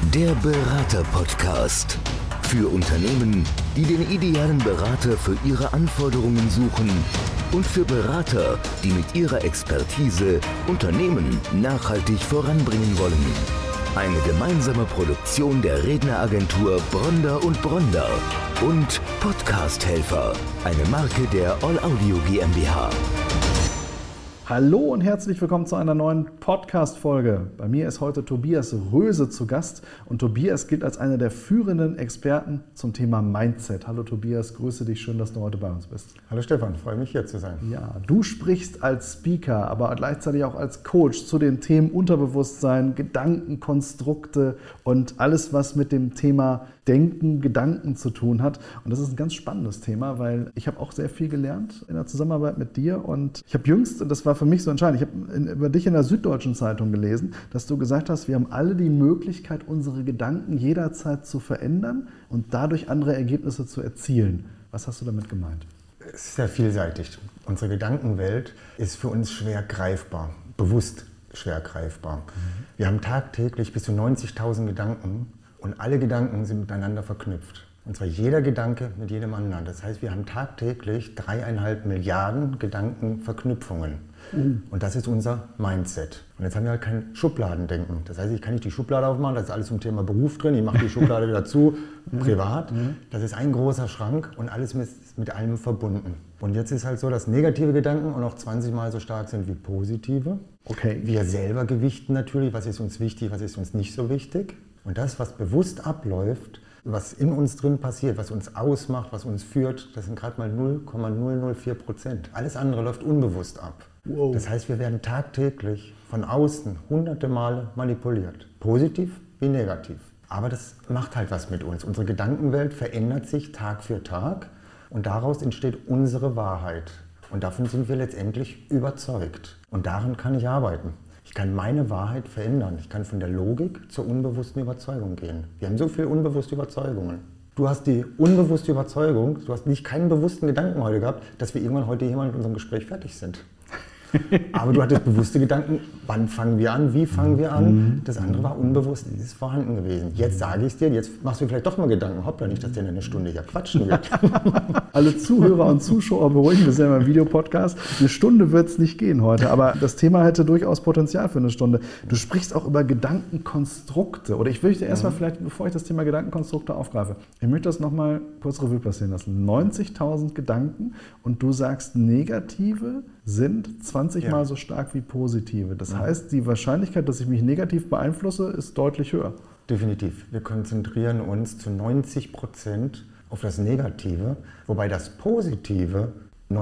Der Berater-Podcast. Für Unternehmen, die den idealen Berater für ihre Anforderungen suchen und für Berater, die mit ihrer Expertise Unternehmen nachhaltig voranbringen wollen. Eine gemeinsame Produktion der Redneragentur Bronder und Bronder und Podcast-Helfer, eine Marke der All Audio GmbH. Hallo und herzlich willkommen zu einer neuen Podcast-Folge. Bei mir ist heute Tobias Röse zu Gast und Tobias gilt als einer der führenden Experten zum Thema Mindset. Hallo Tobias, grüße dich, schön, dass du heute bei uns bist. Hallo Stefan, freue mich hier zu sein. Ja, du sprichst als Speaker, aber gleichzeitig auch als Coach zu den Themen Unterbewusstsein, Gedankenkonstrukte und alles, was mit dem Thema Denken, Gedanken zu tun hat. Und das ist ein ganz spannendes Thema, weil ich habe auch sehr viel gelernt in der Zusammenarbeit mit dir und ich habe jüngst, und das war für mich so entscheidend, ich habe über dich in der Süddeutschen Zeitung gelesen, dass du gesagt hast, wir haben alle die Möglichkeit, unsere Gedanken jederzeit zu verändern und dadurch andere Ergebnisse zu erzielen. Was hast du damit gemeint? Es ist sehr vielseitig. Unsere Gedankenwelt ist für uns schwer greifbar, bewusst schwer greifbar. Wir haben tagtäglich bis zu 90.000 Gedanken und alle Gedanken sind miteinander verknüpft. Und zwar jeder Gedanke mit jedem anderen. Das heißt, wir haben tagtäglich 3,5 Milliarden Gedankenverknüpfungen. Und das ist unser Mindset. Und jetzt haben wir halt kein Schubladendenken. Das heißt, ich kann nicht die Schublade aufmachen, da ist alles zum Thema Beruf drin, ich mache die Schublade wieder zu, privat. Das ist ein großer Schrank und alles ist mit allem verbunden. Und jetzt ist halt so, dass negative Gedanken auch noch 20 Mal so stark sind wie positive. Okay. Wir selber gewichten natürlich, was ist uns wichtig, was ist uns nicht so wichtig. Und das, was bewusst abläuft, was in uns drin passiert, was uns ausmacht, was uns führt, das sind gerade mal 0,004%. Alles andere läuft unbewusst ab. Wow. Das heißt, wir werden tagtäglich von außen hunderte Male manipuliert. Positiv wie negativ. Aber das macht halt was mit uns. Unsere Gedankenwelt verändert sich Tag für Tag und daraus entsteht unsere Wahrheit. Und davon sind wir letztendlich überzeugt. Und daran kann ich arbeiten. Ich kann meine Wahrheit verändern. Ich kann von der Logik zur unbewussten Überzeugung gehen. Wir haben so viele unbewusste Überzeugungen. Du hast die unbewusste Überzeugung, du hast nicht keinen bewussten Gedanken heute gehabt, dass wir irgendwann heute hier mal mit unserem Gespräch fertig sind. Aber du hattest bewusste Gedanken, wann fangen wir an, wie fangen wir an. Das andere war unbewusst, ist vorhanden gewesen. Jetzt sage ich es dir, jetzt machst du vielleicht doch mal Gedanken. Hoppla, nicht, dass der in einer Stunde hier quatschen wird. Alle Zuhörer und Zuschauer beruhigen, wir sind ja im Videopodcast. Eine Stunde wird es nicht gehen heute, aber das Thema hätte durchaus Potenzial für eine Stunde. Du sprichst auch über Gedankenkonstrukte. Oder ich möchte erstmal vielleicht, bevor ich das Thema Gedankenkonstrukte aufgreife, ich möchte das nochmal kurz Revue passieren lassen. 90.000 Gedanken und du sagst, negative sind 20 Mal so stark wie positive. Das heißt, die Wahrscheinlichkeit, dass ich mich negativ beeinflusse, ist deutlich höher. Definitiv. Wir konzentrieren uns zu 90% auf das Negative, wobei das Positive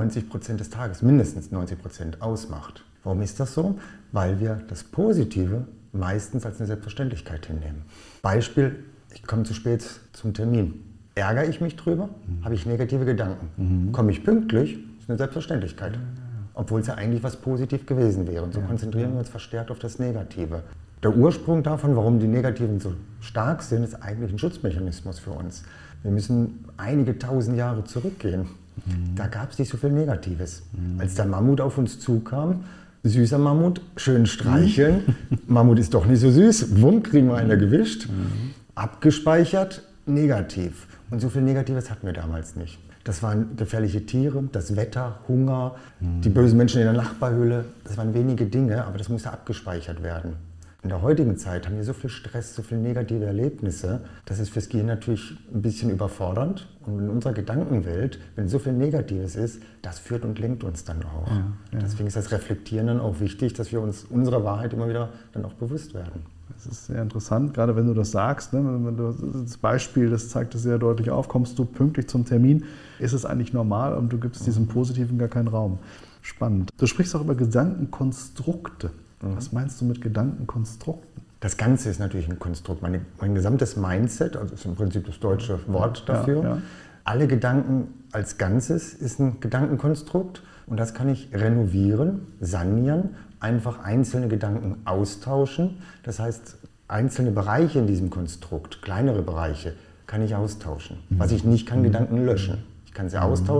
90% des Tages, mindestens 90% ausmacht. Warum ist das so? Weil wir das Positive meistens als eine Selbstverständlichkeit hinnehmen. Beispiel, ich komme zu spät zum Termin. Ärgere ich mich drüber, habe ich negative Gedanken. Komme ich pünktlich, ist eine Selbstverständlichkeit. Obwohl es ja eigentlich was positiv gewesen wäre. Und so konzentrieren wir uns verstärkt auf das Negative. Der Ursprung davon, warum die Negativen so stark sind, ist eigentlich ein Schutzmechanismus für uns. Wir müssen einige tausend Jahre zurückgehen. Da gab es nicht so viel Negatives. Als der Mammut auf uns zukam, süßer Mammut, schön streicheln, Mammut ist doch nicht so süß, wumm, kriegen wir einen gewischt, abgespeichert, negativ. Und so viel Negatives hatten wir damals nicht. Das waren gefährliche Tiere, das Wetter, Hunger, die bösen Menschen in der Nachbarhöhle. Das waren wenige Dinge, aber das musste abgespeichert werden. In der heutigen Zeit haben wir so viel Stress, so viele negative Erlebnisse, das ist fürs Gehirn natürlich ein bisschen überfordernd. Und in unserer Gedankenwelt, wenn so viel Negatives ist, das führt und lenkt uns dann auch. Ja. Deswegen ist das Reflektieren dann auch wichtig, dass wir uns unserer Wahrheit immer wieder dann auch bewusst werden. Das ist sehr interessant, gerade wenn du das sagst. Ne? Wenn du das Beispiel, das zeigt es sehr deutlich auf, kommst du pünktlich zum Termin, ist es eigentlich normal und du gibst diesem Positiven gar keinen Raum. Spannend. Du sprichst auch über Gedankenkonstrukte. Was meinst du mit Gedankenkonstrukten? Das Ganze ist natürlich ein Konstrukt. Mein gesamtes Mindset, also ist im Prinzip das deutsche Wort dafür. Ja. Alle Gedanken als Ganzes ist ein Gedankenkonstrukt und das kann ich renovieren, sanieren, einfach einzelne Gedanken austauschen. Das heißt, einzelne Bereiche in diesem Konstrukt, kleinere Bereiche, kann ich austauschen. Was ich nicht kann, Gedanken löschen. Ich kann sie austauschen,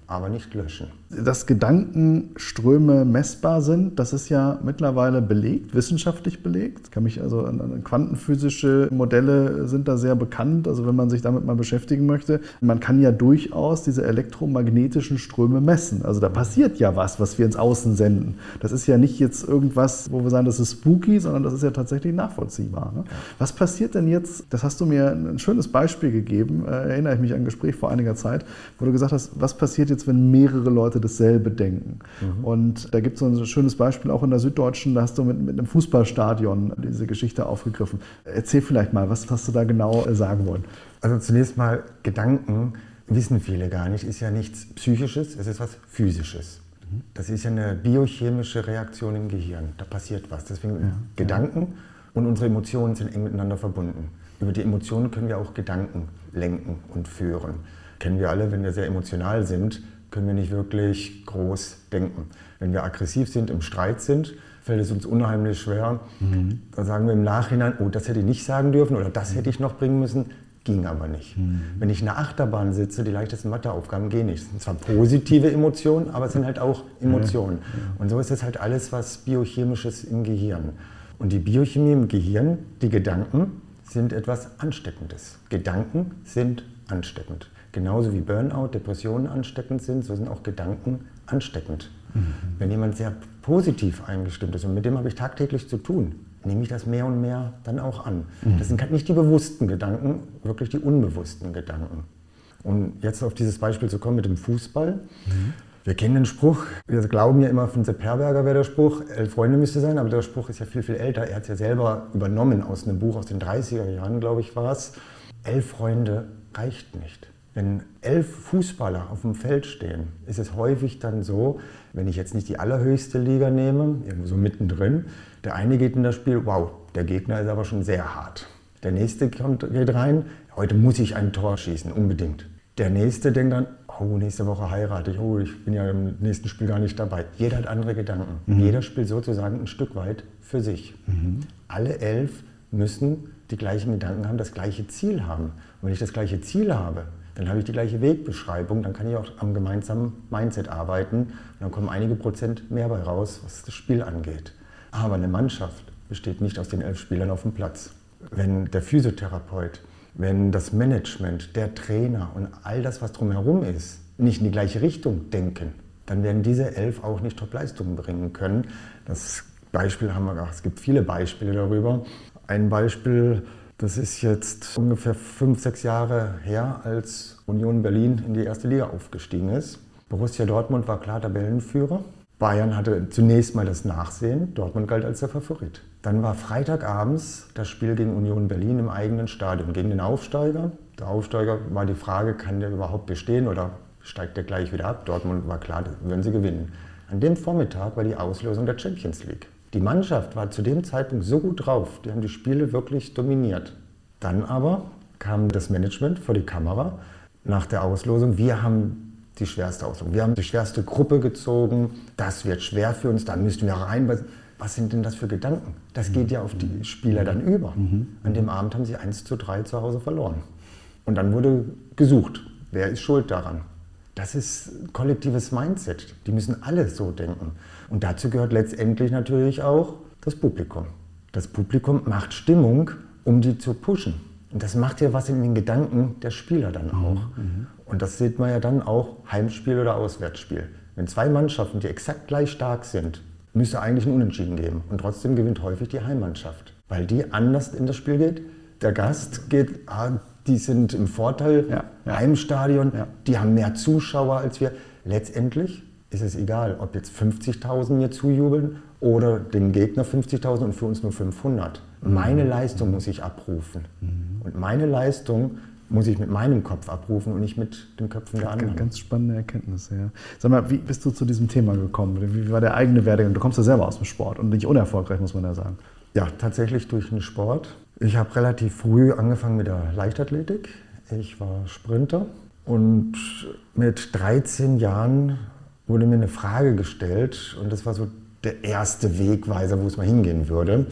aber nicht löschen. Dass Gedankenströme messbar sind, das ist ja mittlerweile belegt, wissenschaftlich belegt. Ich kann mich also an quantenphysische Modelle sind da sehr bekannt. Also wenn man sich damit mal beschäftigen möchte, man kann ja durchaus diese elektromagnetischen Ströme messen. Also da passiert ja was wir ins Außen senden. Das ist ja nicht jetzt irgendwas, wo wir sagen, das ist spooky, sondern das ist ja tatsächlich nachvollziehbar. Ne? Was passiert denn jetzt? Das hast du mir ein schönes Beispiel gegeben, erinnere ich mich an ein Gespräch vor einiger Zeit, wo du gesagt hast, was passiert jetzt, wenn mehrere Leute dasselbe denken? Und da gibt es so ein schönes Beispiel auch in der Süddeutschen, da hast du mit einem Fußballstadion diese Geschichte aufgegriffen. Erzähl vielleicht mal, was hast du da genau sagen wollen? Also zunächst mal, Gedanken, wissen viele gar nicht, ist ja nichts Psychisches, es ist was Physisches. Das ist ja eine biochemische Reaktion im Gehirn, da passiert was. Deswegen Gedanken und unsere Emotionen sind eng miteinander verbunden. Über die Emotionen können wir auch Gedanken lenken und führen. Kennen wir alle, wenn wir sehr emotional sind, können wir nicht wirklich groß denken. Wenn wir aggressiv sind, im Streit sind, fällt es uns unheimlich schwer. Dann sagen wir im Nachhinein, oh, das hätte ich nicht sagen dürfen oder das hätte ich noch bringen müssen. Ging aber nicht. Wenn ich in der Achterbahn sitze, die leichtesten Matheaufgaben gehen nicht. Das sind zwar positive Emotionen, aber es sind halt auch Emotionen. Und so ist es halt alles was Biochemisches im Gehirn. Und die Biochemie im Gehirn, die Gedanken, sind etwas Ansteckendes. Gedanken sind ansteckend. Genauso wie Burnout, Depressionen ansteckend sind, so sind auch Gedanken ansteckend. Wenn jemand sehr positiv eingestimmt ist, und mit dem habe ich tagtäglich zu tun, nehme ich das mehr und mehr dann auch an. Das sind halt nicht die bewussten Gedanken, wirklich die unbewussten Gedanken. Und jetzt auf dieses Beispiel zu kommen mit dem Fußball. Wir kennen den Spruch, wir glauben ja immer, von Sepp Herberger wäre der Spruch, 11 Freunde müsste sein, aber der Spruch ist ja viel, viel älter. Er hat es ja selber übernommen aus einem Buch aus den 30er Jahren, glaube ich, war es. 11 Freunde reicht nicht. Wenn 11 Fußballer auf dem Feld stehen, ist es häufig dann so, wenn ich jetzt nicht die allerhöchste Liga nehme, irgendwo so mittendrin, der eine geht in das Spiel, wow, der Gegner ist aber schon sehr hart. Der nächste geht rein, heute muss ich ein Tor schießen, unbedingt. Der nächste denkt dann, oh, nächste Woche heirate ich, oh, ich bin ja im nächsten Spiel gar nicht dabei. Jeder hat andere Gedanken. Jeder spielt sozusagen ein Stück weit für sich. Alle 11 müssen die gleichen Gedanken haben, das gleiche Ziel haben. Und wenn ich das gleiche Ziel habe, dann habe ich die gleiche Wegbeschreibung, dann kann ich auch am gemeinsamen Mindset arbeiten und dann kommen einige Prozent mehr bei raus, was das Spiel angeht. Aber eine Mannschaft besteht nicht aus den 11 Spielern auf dem Platz. Wenn der Physiotherapeut, wenn das Management, der Trainer und all das, was drumherum ist, nicht in die gleiche Richtung denken, dann werden diese 11 auch nicht Top-Leistungen bringen können. Das Beispiel haben wir gehabt, es gibt viele Beispiele darüber. Ein Beispiel, das ist jetzt ungefähr 5, 6 Jahre her, als Union Berlin in die erste Liga aufgestiegen ist. Borussia Dortmund war klar Tabellenführer. Bayern hatte zunächst mal das Nachsehen, Dortmund galt als der Favorit. Dann war Freitagabends das Spiel gegen Union Berlin im eigenen Stadion, gegen den Aufsteiger. Der Aufsteiger war die Frage, kann der überhaupt bestehen oder steigt der gleich wieder ab? Dortmund war klar, würden sie gewinnen. An dem Vormittag war die Auslosung der Champions League. Die Mannschaft war zu dem Zeitpunkt so gut drauf, die haben die Spiele wirklich dominiert. Dann aber kam das Management vor die Kamera nach der Auslosung, wir haben die schwerste Auslosung. Wir haben die schwerste Gruppe gezogen, das wird schwer für uns, da müssen wir rein. Was sind denn das für Gedanken? Das geht ja auf die Spieler dann über. An dem Abend haben sie 1:3 zu Hause verloren. Und dann wurde gesucht, wer ist schuld daran? Das ist kollektives Mindset, die müssen alle so denken. Und dazu gehört letztendlich natürlich auch das Publikum. Das Publikum macht Stimmung, um die zu pushen. Und das macht ja was in den Gedanken der Spieler dann auch. Und das sieht man ja dann auch, Heimspiel oder Auswärtsspiel. Wenn 2 Mannschaften, die exakt gleich stark sind, müsste eigentlich ein Unentschieden geben. Und trotzdem gewinnt häufig die Heimmannschaft. Weil die anders in das Spiel geht. Der Gast geht, die sind im Vorteil, Heimstadion, die haben mehr Zuschauer als wir. Letztendlich ist es egal, ob jetzt 50.000 mir zujubeln oder dem Gegner 50.000 und für uns nur 500. Meine Leistung muss ich abrufen. Und meine Leistung muss ich mit meinem Kopf abrufen und nicht mit den Köpfen der anderen. Ganz spannende Erkenntnisse, ja. Sag mal, wie bist du zu diesem Thema gekommen? Wie war der eigene Werdegang? Du kommst ja selber aus dem Sport und nicht unerfolgreich, muss man ja sagen. Ja, tatsächlich durch den Sport. Ich habe relativ früh angefangen mit der Leichtathletik. Ich war Sprinter und mit 13 Jahren wurde mir eine Frage gestellt und das war so der erste Wegweiser, wo es mal hingehen würde.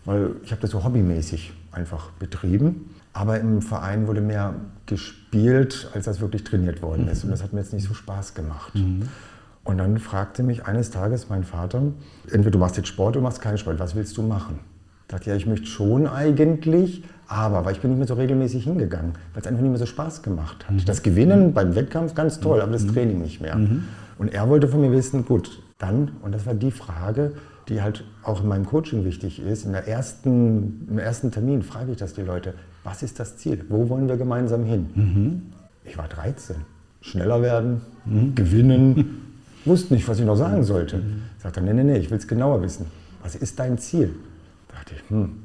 weil ich habe das so hobbymäßig einfach betrieben. Aber im Verein wurde mehr gespielt, als das wirklich trainiert worden ist. Und das hat mir jetzt nicht so Spaß gemacht. Und dann fragte mich eines Tages mein Vater, entweder du machst jetzt Sport oder du machst keinen Sport, was willst du machen? Ich dachte, ja, ich möchte schon eigentlich, aber weil ich bin nicht mehr so regelmäßig hingegangen, weil es einfach nicht mehr so Spaß gemacht hat. Das Gewinnen beim Wettkampf ganz toll, aber das Training nicht mehr. Und er wollte von mir wissen, gut, dann, und das war die Frage, die halt auch in meinem Coaching wichtig ist, im ersten Termin frage ich das die Leute, was ist das Ziel? Wo wollen wir gemeinsam hin? Ich war 13. Schneller werden, gewinnen, wusste nicht, was ich noch sagen sollte. Ich sagte, nee, ich will es genauer wissen. Was ist dein Ziel? Da dachte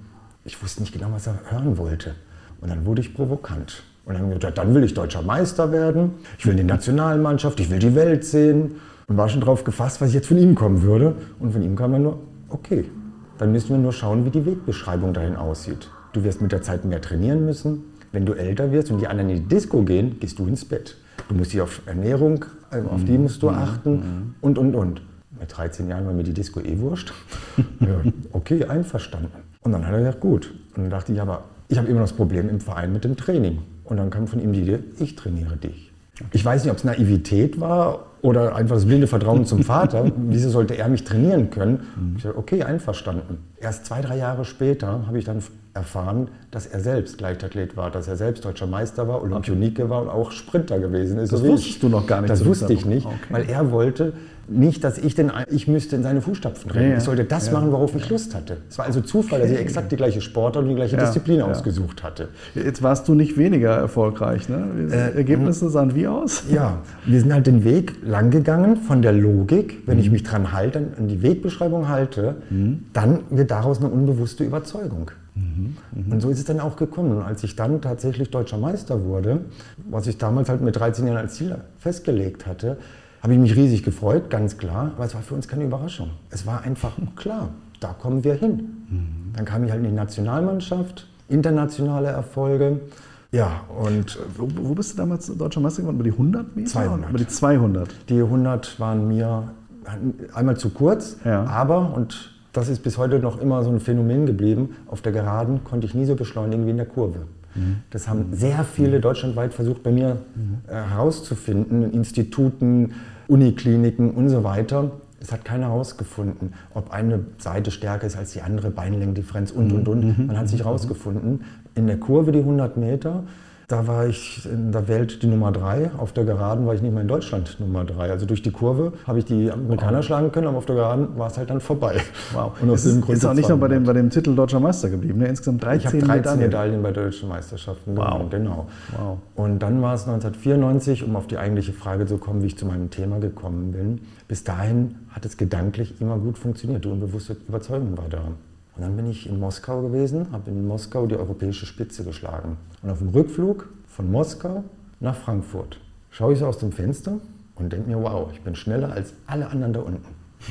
ich wusste nicht genau, was er hören wollte. Und dann wurde ich provokant. Und dann habe ich gesagt, dann will ich deutscher Meister werden, ich will die Nationalmannschaft, ich will die Welt sehen. Und war schon drauf gefasst, was jetzt von ihm kommen würde. Und von ihm kam dann nur, okay, dann müssen wir nur schauen, wie die Wegbeschreibung dahin aussieht. Du wirst mit der Zeit mehr trainieren müssen. Wenn du älter wirst und die anderen in die Disco gehen, gehst du ins Bett. Du musst dich auf Ernährung, auf die musst du achten und. Mit 13 Jahren war mir die Disco wurscht. Ja, okay, einverstanden. Und dann hat er gesagt, gut. Und dann dachte ich, aber ich habe immer noch das Problem im Verein mit dem Training. Und dann kam von ihm die Idee, ich trainiere dich. Ich weiß nicht, ob es Naivität war oder einfach das blinde Vertrauen zum Vater. Wieso sollte er mich trainieren können? Ich dachte, okay, einverstanden. Erst 2-3 Jahre später habe ich dann erfahren, dass er selbst Leichtathlet war, dass er selbst deutscher Meister war, Olympionike war und auch Sprinter gewesen ist. Das wusstest du noch gar nicht. Das wusste ich nicht, okay. Weil er wollte nicht, dass ich müsste in seine Fußstapfen rennen. Ja, ich sollte das machen, worauf ich Lust hatte. Es war also Zufall, dass ich exakt die gleiche Sportart und die gleiche Disziplin ausgesucht hatte. Jetzt warst du nicht weniger erfolgreich, ne? Die Ergebnisse sahen wie aus? Ja, wir sind halt den Weg lang gegangen von der Logik. Wenn ich mich dran halte, an die Wegbeschreibung halte, dann wird daraus eine unbewusste Überzeugung. Und so ist es dann auch gekommen. Und als ich dann tatsächlich deutscher Meister wurde, was ich damals halt mit 13 Jahren als Ziel festgelegt hatte, habe ich mich riesig gefreut, ganz klar. Aber es war für uns keine Überraschung. Es war einfach klar, da kommen wir hin. Dann kam ich halt in die Nationalmannschaft, internationale Erfolge. Ja, und wo bist du damals deutscher Meister geworden? Über die 100 Meter? 200. Über die 200? Die 100 waren mir einmal zu kurz, aber, und das ist bis heute noch immer so ein Phänomen geblieben, auf der Geraden konnte ich nie so beschleunigen wie in der Kurve. Das haben sehr viele deutschlandweit versucht, bei mir herauszufinden, in Instituten, Unikliniken und so weiter. Es hat keiner herausgefunden, ob eine Seite stärker ist als die andere, Beinlängendifferenz und. Man hat sich herausgefunden. In der Kurve die 100 Meter, da war ich in der Welt die Nummer 3. Auf der Geraden war ich nicht mehr in Deutschland Nummer 3. Also durch die Kurve habe ich die Amerikaner schlagen können, aber auf der Geraden war es halt dann vorbei. Wow. Und aus dem Grund ist auch nicht nur bei dem Titel Deutscher Meister geblieben, ne? Insgesamt 13 Medaillen. Ich habe 13 Medaillen bei deutschen Meisterschaften gewonnen, genau. Wow. Und dann war es 1994, um auf die eigentliche Frage zu kommen, wie ich zu meinem Thema gekommen bin. Bis dahin hat es gedanklich immer gut funktioniert. Die unbewusste Überzeugung war da. Und dann bin ich in Moskau gewesen, habe in Moskau die europäische Spitze geschlagen. Und auf dem Rückflug von Moskau nach Frankfurt schaue ich so aus dem Fenster und denke mir, wow, ich bin schneller als alle anderen da unten.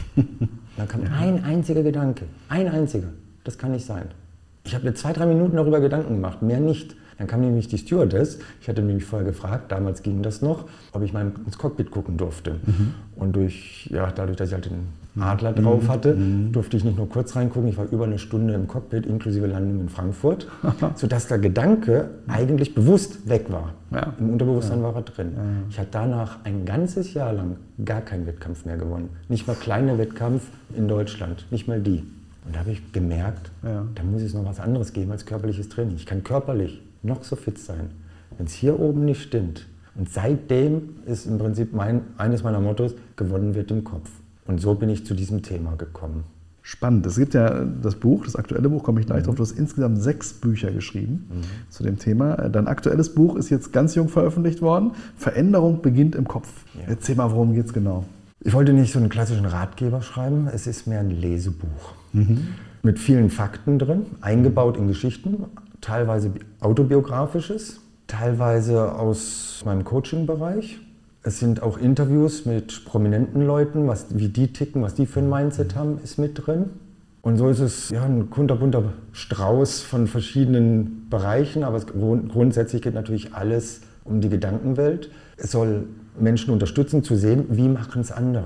Dann kam ein einziger Gedanke, ein einziger, das kann nicht sein. Ich habe mir 2-3 Minuten darüber Gedanken gemacht, mehr nicht. Dann kam nämlich die Stewardess, ich hatte nämlich vorher gefragt, damals ging das noch, ob ich mal ins Cockpit gucken durfte. Und dadurch, dass ich halt den Adler drauf hatte, durfte ich nicht nur kurz reingucken, ich war über eine Stunde im Cockpit, inklusive Landung in Frankfurt, sodass der Gedanke eigentlich bewusst weg war. Ja. Im Unterbewusstsein war er drin. Ja. Ich hatte danach ein ganzes Jahr lang gar keinen Wettkampf mehr gewonnen. Nicht mal kleiner Wettkampf in Deutschland, nicht mal die. Und da habe ich gemerkt, da muss es noch was anderes geben als körperliches Training. Ich kann körperlich noch so fit sein, wenn es hier oben nicht stimmt. Und seitdem ist im Prinzip eines meiner Mottos, gewonnen wird im Kopf. Und so bin ich zu diesem Thema gekommen. Spannend. Es gibt ja das Buch, das aktuelle Buch, komme ich gleich drauf. Du hast insgesamt 6 Bücher geschrieben zu dem Thema. Dein aktuelles Buch ist jetzt ganz jung veröffentlicht worden. Veränderung beginnt im Kopf. Ja. Erzähl mal, worum geht es genau? Ich wollte nicht so einen klassischen Ratgeber schreiben. Es ist mehr ein Lesebuch. Mit vielen Fakten drin, eingebaut in Geschichten. Teilweise autobiografisches, teilweise aus meinem Coaching-Bereich. Es sind auch Interviews mit prominenten Leuten, wie die ticken, was die für ein Mindset haben, ist mit drin. Und so ist es ein kunterbunter Strauß von verschiedenen Bereichen, aber grundsätzlich geht natürlich alles um die Gedankenwelt. Es soll Menschen unterstützen zu sehen, wie machen es andere.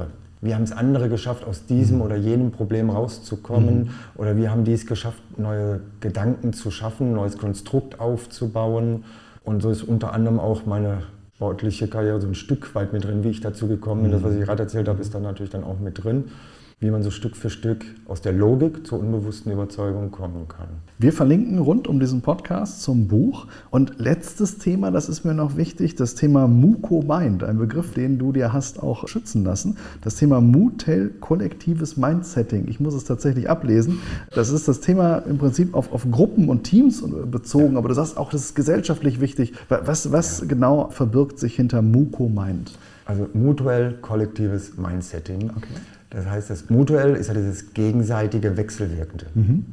wie haben es andere geschafft, aus diesem oder jenem Problem rauszukommen oder wie haben die es geschafft, neue Gedanken zu schaffen, ein neues Konstrukt aufzubauen. Und so ist unter anderem auch meine sportliche Karriere so ein Stück weit mit drin, wie ich dazu gekommen bin. Das, was ich gerade erzählt habe, ist dann natürlich dann auch mit drin, wie man so Stück für Stück aus der Logik zur unbewussten Überzeugung kommen kann. Wir verlinken rund um diesen Podcast zum Buch. Und letztes Thema, das ist mir noch wichtig, das Thema Muko-Mind, ein Begriff, den du dir hast auch schützen lassen. Das Thema MUTEL, kollektives Mindsetting. Ich muss es tatsächlich ablesen. Das ist das Thema im Prinzip auf Gruppen und Teams bezogen, aber du sagst auch, das ist gesellschaftlich wichtig. Was genau verbirgt sich hinter Muko-Mind? Also mutuell kollektives Mindsetting. Okay. Das heißt, das Mutuell ist ja dieses gegenseitige Wechselwirkende.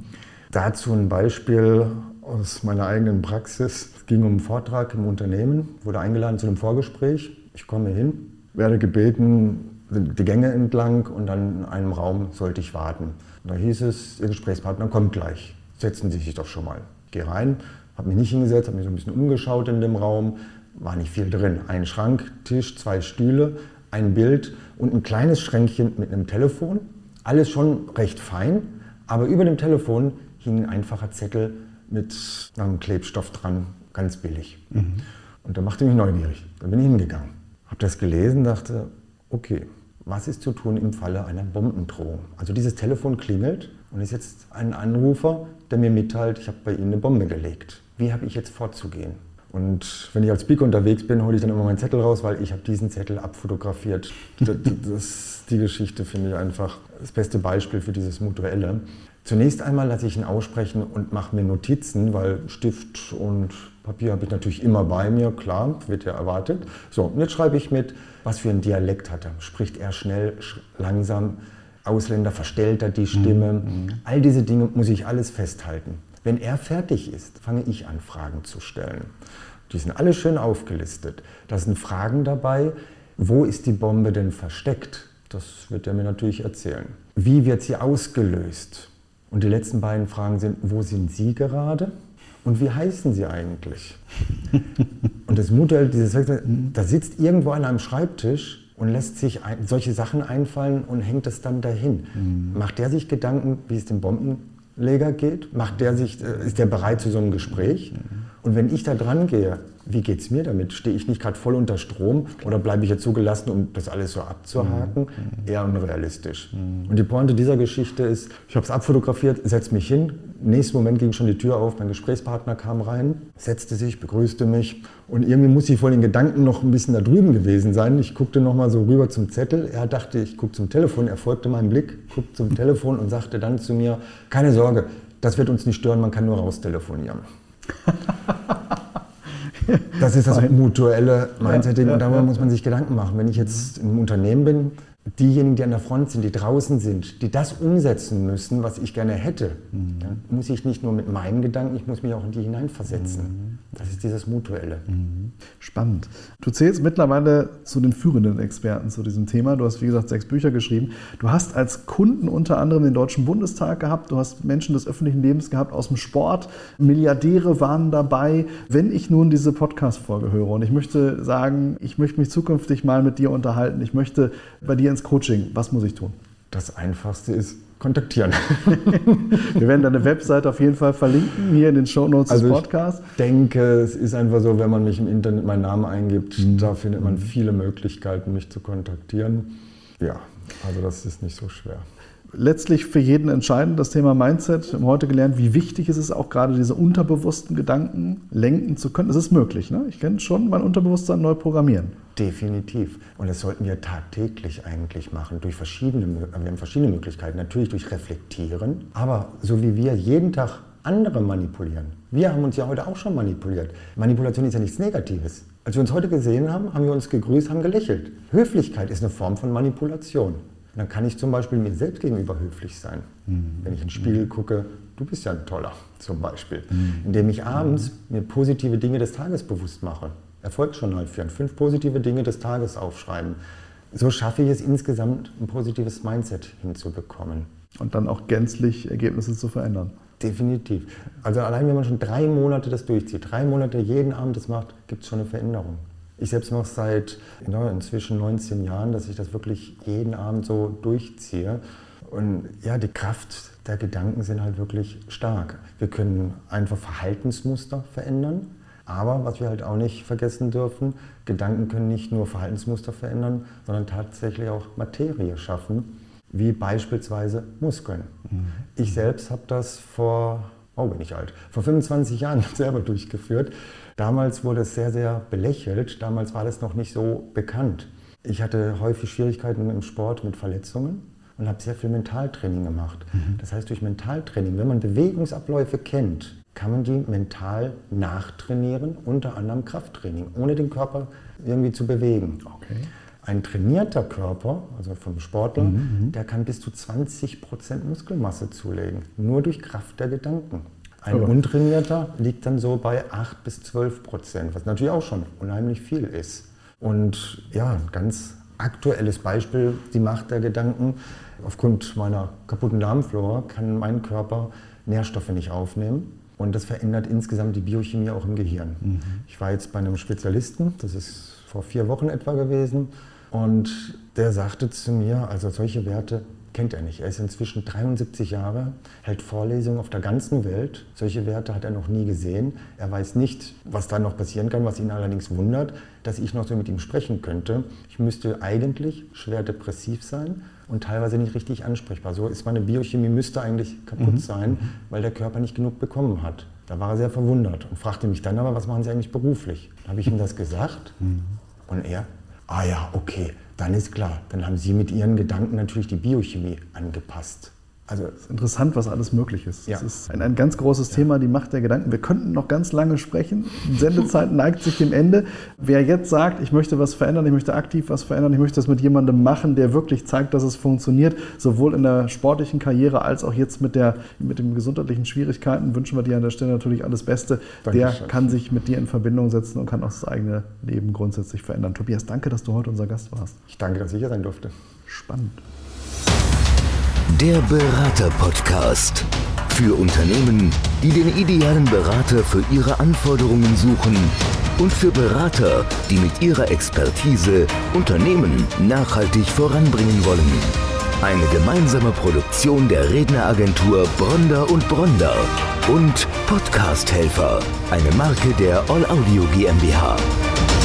Dazu ein Beispiel aus meiner eigenen Praxis. Es ging um einen Vortrag im Unternehmen, wurde eingeladen zu einem Vorgespräch. Ich komme hin, werde gebeten, die Gänge entlang und dann in einem Raum sollte ich warten. Und da hieß es, Ihr Gesprächspartner kommt gleich, setzen Sie sich doch schon mal. Ich gehe rein, habe mich nicht hingesetzt, habe mich so ein bisschen umgeschaut in dem Raum, war nicht viel drin. Ein Schrank, Tisch, 2 Stühle, ein Bild und ein kleines Schränkchen mit einem Telefon. Alles schon recht fein, aber über dem Telefon hing ein einfacher Zettel mit einem Klebstoff dran, ganz billig. Und da machte mich neugierig. Dann bin ich hingegangen, habe das gelesen, dachte, okay, was ist zu tun im Falle einer Bombendrohung? Also dieses Telefon klingelt und ist jetzt ein Anrufer, der mir mitteilt, ich habe bei Ihnen eine Bombe gelegt. Wie habe ich jetzt vorzugehen? Und wenn ich als Speaker unterwegs bin, hole ich dann immer meinen Zettel raus, weil ich habe diesen Zettel abfotografiert. Die Geschichte finde ich einfach das beste Beispiel für dieses Mutuelle. Zunächst einmal lasse ich ihn aussprechen und mache mir Notizen, weil Stift und Papier habe ich natürlich immer bei mir, klar, wird ja erwartet. So, und jetzt schreibe ich mit, was für einen Dialekt hat er. Spricht er schnell, langsam, Ausländer, verstellt er die Stimme. All diese Dinge muss ich alles festhalten. Wenn er fertig ist, fange ich an, Fragen zu stellen. Die sind alle schön aufgelistet. Da sind Fragen dabei, wo ist die Bombe denn versteckt? Das wird er mir natürlich erzählen. Wie wird sie ausgelöst? Und die letzten beiden Fragen sind, wo sind Sie gerade? Und wie heißen Sie eigentlich? Und das Mutuell, da sitzt irgendwo einer am Schreibtisch und lässt sich solche Sachen einfallen und hängt es dann dahin. Macht der sich Gedanken, wie es dem Bombenleger geht? Ist der bereit zu so einem Gespräch? Und wenn ich da dran gehe, wie geht es mir damit? Stehe ich nicht gerade voll unter Strom oder bleibe ich jetzt so gelassen, um das alles so abzuhaken? Eher unrealistisch. Und die Pointe dieser Geschichte ist, ich habe es abfotografiert, setze mich hin. Im nächsten Moment ging schon die Tür auf, mein Gesprächspartner kam rein, setzte sich, begrüßte mich. Und irgendwie muss ich vor den Gedanken noch ein bisschen da drüben gewesen sein. Ich guckte noch mal so rüber zum Zettel. Er dachte, ich gucke zum Telefon. Er folgte meinem Blick, guckte zum Telefon und sagte dann zu mir, keine Sorge, das wird uns nicht stören, man kann nur raustelefonieren. Das ist das mutuelle Mindsetting und darüber muss man sich Gedanken machen. Wenn ich jetzt im Unternehmen bin, diejenigen, die an der Front sind, die draußen sind, die das umsetzen müssen, was ich gerne hätte, dann muss ich nicht nur mit meinen Gedanken, ich muss mich auch in die hineinversetzen. Das ist dieses Mutuelle. Spannend. Du zählst mittlerweile zu den führenden Experten zu diesem Thema. Du hast, wie gesagt, 6 Bücher geschrieben. Du hast als Kunden unter anderem den Deutschen Bundestag gehabt. Du hast Menschen des öffentlichen Lebens gehabt aus dem Sport. Milliardäre waren dabei. Wenn ich nun diese Podcast-Folge höre und ich möchte sagen, ich möchte mich zukünftig mal mit dir unterhalten, ich möchte bei dir ins Coaching, was muss ich tun? Das Einfachste ist kontaktieren. Wir werden deine Website auf jeden Fall verlinken, hier in den Shownotes des Podcasts. Ich denke, es ist einfach so, wenn man mich im Internet meinen Namen eingibt, da findet man viele Möglichkeiten, mich zu kontaktieren. Ja, also das ist nicht so schwer. Letztlich für jeden entscheidend, das Thema Mindset. Wir haben heute gelernt, wie wichtig es ist, auch gerade diese unterbewussten Gedanken lenken zu können. Es ist möglich, ne? Ich kann schon mein Unterbewusstsein neu programmieren. Definitiv. Und das sollten wir tagtäglich eigentlich machen. Wir haben verschiedene Möglichkeiten. Natürlich durch Reflektieren, aber so wie wir jeden Tag andere manipulieren. Wir haben uns ja heute auch schon manipuliert. Manipulation ist ja nichts Negatives. Als wir uns heute gesehen haben, haben wir uns gegrüßt, haben gelächelt. Höflichkeit ist eine Form von Manipulation. Und dann kann ich zum Beispiel mir selbst gegenüber höflich sein. Wenn ich in den Spiegel gucke, du bist ja ein Toller, zum Beispiel. Indem ich abends mir positive Dinge des Tages bewusst mache. Erfolgsjournal führen, 5 positive Dinge des Tages aufschreiben. So schaffe ich es insgesamt, ein positives Mindset hinzubekommen. Und dann auch gänzlich Ergebnisse zu verändern. Definitiv. Also allein wenn man schon 3 Monate das durchzieht, 3 Monate jeden Abend das macht, gibt es schon eine Veränderung. Ich selbst mache es seit inzwischen 19 Jahren, dass ich das wirklich jeden Abend so durchziehe. Und ja, die Kraft der Gedanken sind halt wirklich stark. Wir können einfach Verhaltensmuster verändern. Aber was wir halt auch nicht vergessen dürfen, Gedanken können nicht nur Verhaltensmuster verändern, sondern tatsächlich auch Materie schaffen, wie beispielsweise Muskeln. Ich selbst habe das vor 25 Jahren selber durchgeführt. Damals wurde es sehr, sehr belächelt. Damals war das noch nicht so bekannt. Ich hatte häufig Schwierigkeiten im Sport mit Verletzungen und habe sehr viel Mentaltraining gemacht. Das heißt, durch Mentaltraining, wenn man Bewegungsabläufe kennt, kann man die mental nachtrainieren, unter anderem Krafttraining, ohne den Körper irgendwie zu bewegen. Okay. Ein trainierter Körper, also vom Sportler, der kann bis zu 20% Muskelmasse zulegen, nur durch Kraft der Gedanken. Ein untrainierter liegt dann so bei 8 bis 12%, was natürlich auch schon unheimlich viel ist. Und ja, ein ganz aktuelles Beispiel, die Macht der Gedanken. Aufgrund meiner kaputten Darmflora kann mein Körper Nährstoffe nicht aufnehmen. Und das verändert insgesamt die Biochemie auch im Gehirn. Ich war jetzt bei einem Spezialisten, das ist vor 4 Wochen etwa gewesen, und der sagte zu mir, also solche Werte kennt er nicht. Er ist inzwischen 73 Jahre, hält Vorlesungen auf der ganzen Welt. Solche Werte hat er noch nie gesehen. Er weiß nicht, was da noch passieren kann, was ihn allerdings wundert, dass ich noch so mit ihm sprechen könnte. Ich müsste eigentlich schwer depressiv sein und teilweise nicht richtig ansprechbar. So ist meine Biochemie, müsste eigentlich kaputt sein, weil der Körper nicht genug bekommen hat. Da war er sehr verwundert und fragte mich dann aber, was machen Sie eigentlich beruflich? Dann habe ich ihm das gesagt und er, ja, okay, dann ist klar, dann haben Sie mit Ihren Gedanken natürlich die Biochemie angepasst. Also es ist interessant, was alles möglich ist. Ja. Es ist ein ganz großes Thema, die Macht der Gedanken. Wir könnten noch ganz lange sprechen. Die Sendezeit neigt sich dem Ende. Wer jetzt sagt, ich möchte was verändern, ich möchte aktiv was verändern, ich möchte das mit jemandem machen, der wirklich zeigt, dass es funktioniert, sowohl in der sportlichen Karriere als auch jetzt mit den gesundheitlichen Schwierigkeiten, wünschen wir dir an der Stelle natürlich alles Beste. Dankeschön. Der kann sich mit dir in Verbindung setzen und kann auch das eigene Leben grundsätzlich verändern. Tobias, danke, dass du heute unser Gast warst. Ich danke, dass ich hier sein durfte. Spannend. Der Berater-Podcast. Für Unternehmen, die den idealen Berater für ihre Anforderungen suchen und für Berater, die mit ihrer Expertise Unternehmen nachhaltig voranbringen wollen. Eine gemeinsame Produktion der Redneragentur Bronder und Bronder und Podcast Helfer, eine Marke der All Audio GmbH.